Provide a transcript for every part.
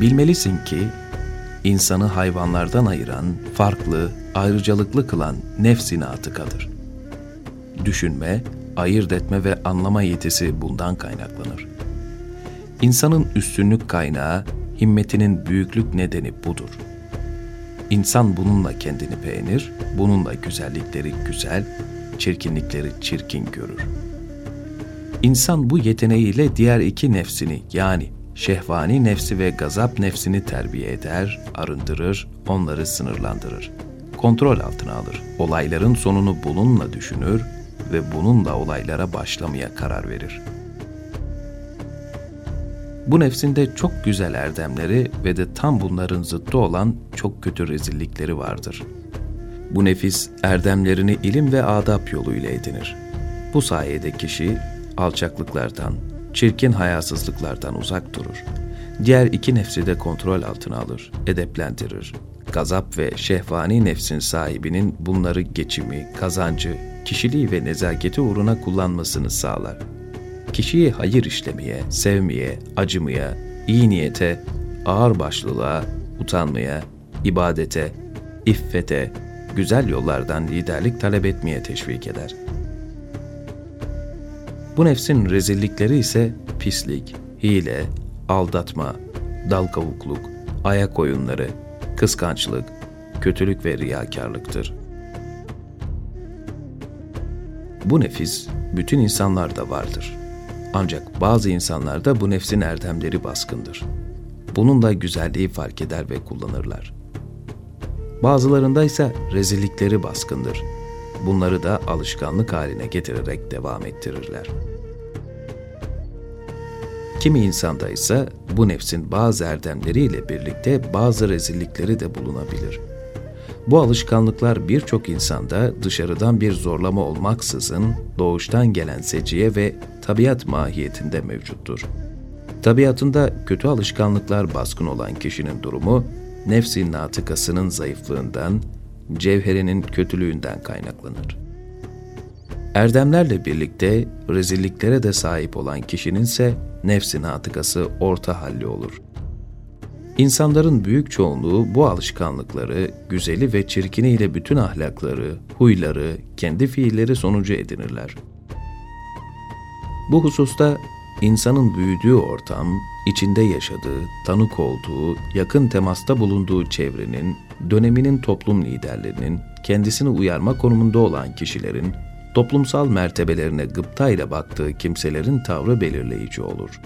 Bilmelisin ki, insanı hayvanlardan ayıran, farklı, ayrıcalıklı kılan nefs-i natıkadır. Düşünme, ayırt etme ve anlama yetisi bundan kaynaklanır. İnsanın üstünlük kaynağı, himmetinin büyüklük nedeni budur. İnsan bununla kendini beğenir, bununla güzellikleri güzel, çirkinlikleri çirkin görür. İnsan bu yeteneğiyle diğer iki nefsini yani şehvani nefsi ve gazap nefsini terbiye eder, arındırır, onları sınırlandırır. Kontrol altına alır. Olayların sonunu bununla düşünür ve bununla olaylara başlamaya karar verir. Bu nefsinde çok güzel erdemleri ve de tam bunların zıttı olan çok kötü rezillikleri vardır. Bu nefis erdemlerini ilim ve adap yoluyla edinir. Bu sayede kişi alçaklıklardan, çirkin hayasızlıklardan uzak durur. Diğer iki nefsi de kontrol altına alır, edeplendirir. Gazap ve şehvani nefsin sahibinin bunları geçimi, kazancı, kişiliği ve nezaketi uğruna kullanmasını sağlar. Kişiyi hayır işlemeye, sevmeye, acımaya, iyi niyete, ağırbaşlılığa, utanmaya, ibadete, iffete, güzel yollardan liderlik talep etmeye teşvik eder. Bu nefsin rezillikleri ise pislik, hile, aldatma, dal kavukluk, ayak oyunları, kıskançlık, kötülük ve riyakarlıktır. Bu nefis bütün insanlarda vardır. Ancak bazı insanlarda bu nefsin erdemleri baskındır. Bununla güzelliği fark eder ve kullanırlar. Bazılarında ise rezillikleri baskındır. Bunları da alışkanlık haline getirerek devam ettirirler. Kimi insanda ise bu nefsin bazı erdemleriyle birlikte bazı rezillikleri de bulunabilir. Bu alışkanlıklar birçok insanda dışarıdan bir zorlama olmaksızın doğuştan gelen seciye ve tabiat mahiyetinde mevcuttur. Tabiatında kötü alışkanlıklar baskın olan kişinin durumu, nefs-i natıkasının zayıflığından, cevherinin kötülüğünden kaynaklanır. Erdemlerle birlikte rezilliklere de sahip olan kişinin ise nefs-i natıkası orta halli olur. İnsanların büyük çoğunluğu bu alışkanlıkları, güzeli ve çirkiniyle bütün ahlakları, huyları, kendi fiilleri sonucu edinirler. Bu hususta insanın büyüdüğü ortam, içinde yaşadığı, tanık olduğu, yakın temasta bulunduğu çevrenin, döneminin toplum liderlerinin, kendisini uyarma konumunda olan kişilerin, toplumsal mertebelerine gıptayla baktığı kimselerin tavrı belirleyici olur.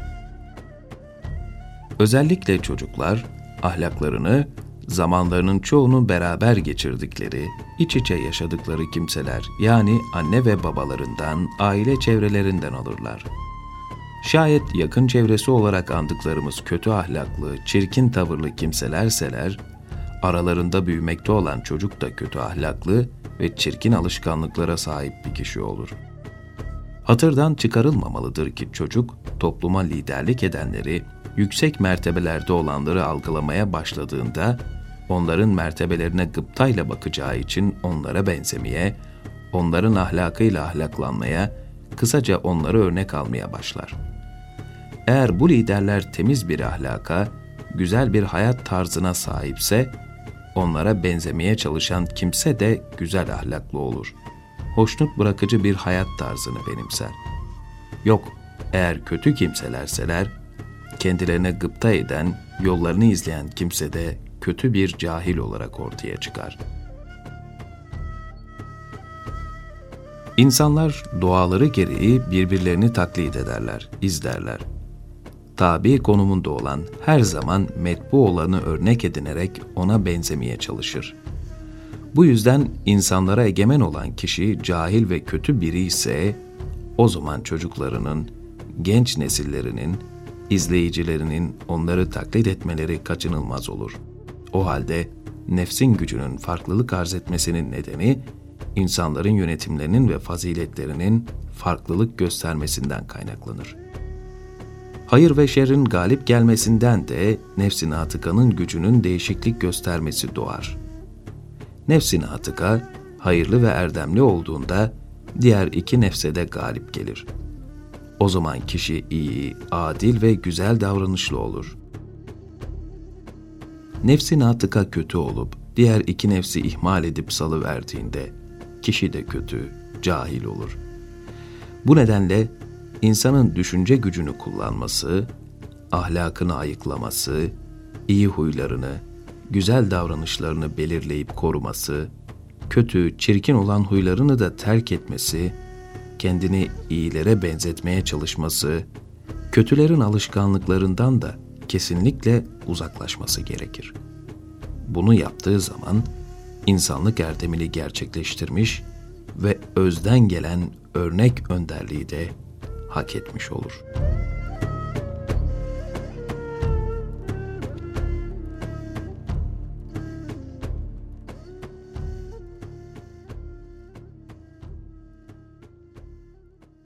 Özellikle çocuklar, ahlaklarını, zamanlarının çoğunu beraber geçirdikleri, iç içe yaşadıkları kimseler yani anne ve babalarından, aile çevrelerinden alırlar. Şayet yakın çevresi olarak andıklarımız kötü ahlaklı, çirkin tavırlı kimselerseler, aralarında büyümekte olan çocuk da kötü ahlaklı ve çirkin alışkanlıklara sahip bir kişi olur. Hatırdan çıkarılmamalıdır ki çocuk, topluma liderlik edenleri, yüksek mertebelerde olanları algılamaya başladığında, onların mertebelerine gıptayla bakacağı için onlara benzemeye, onların ahlakıyla ahlaklanmaya, kısaca onları örnek almaya başlar. Eğer bu liderler temiz bir ahlaka, güzel bir hayat tarzına sahipse, onlara benzemeye çalışan kimse de güzel ahlaklı olur. Hoşnut bırakıcı bir hayat tarzını benimser. Yok, eğer kötü kimselerseler, kendilerine gıpta eden, yollarını izleyen kimse de kötü bir cahil olarak ortaya çıkar. İnsanlar doğaları gereği birbirlerini taklit ederler, izlerler. Tabi konumunda olan her zaman metbu olanı örnek edinerek ona benzemeye çalışır. Bu yüzden insanlara egemen olan kişi cahil ve kötü biri ise, o zaman çocuklarının, genç nesillerinin, izleyicilerinin onları taklit etmeleri kaçınılmaz olur. O halde nefsin gücünün farklılık arz etmesinin nedeni, insanların yönetimlerinin ve faziletlerinin farklılık göstermesinden kaynaklanır. Hayır ve şerrin galip gelmesinden de nefs-i natıkanın gücünün değişiklik göstermesi doğar. Nefs-i natıka, hayırlı ve erdemli olduğunda diğer iki nefse de galip gelir. O zaman kişi iyi, adil ve güzel davranışlı olur. Nefsi natıka kötü olup diğer iki nefsi ihmal edip salıverdiğinde kişi de kötü, cahil olur. Bu nedenle insanın düşünce gücünü kullanması, ahlakını ayıklaması, iyi huylarını, güzel davranışlarını belirleyip koruması, kötü, çirkin olan huylarını da terk etmesi, kendini iyilere benzetmeye çalışması, kötülerin alışkanlıklarından da kesinlikle uzaklaşması gerekir. Bunu yaptığı zaman insanlık erdemini gerçekleştirmiş ve özden gelen örnek önderliği de hak etmiş olur.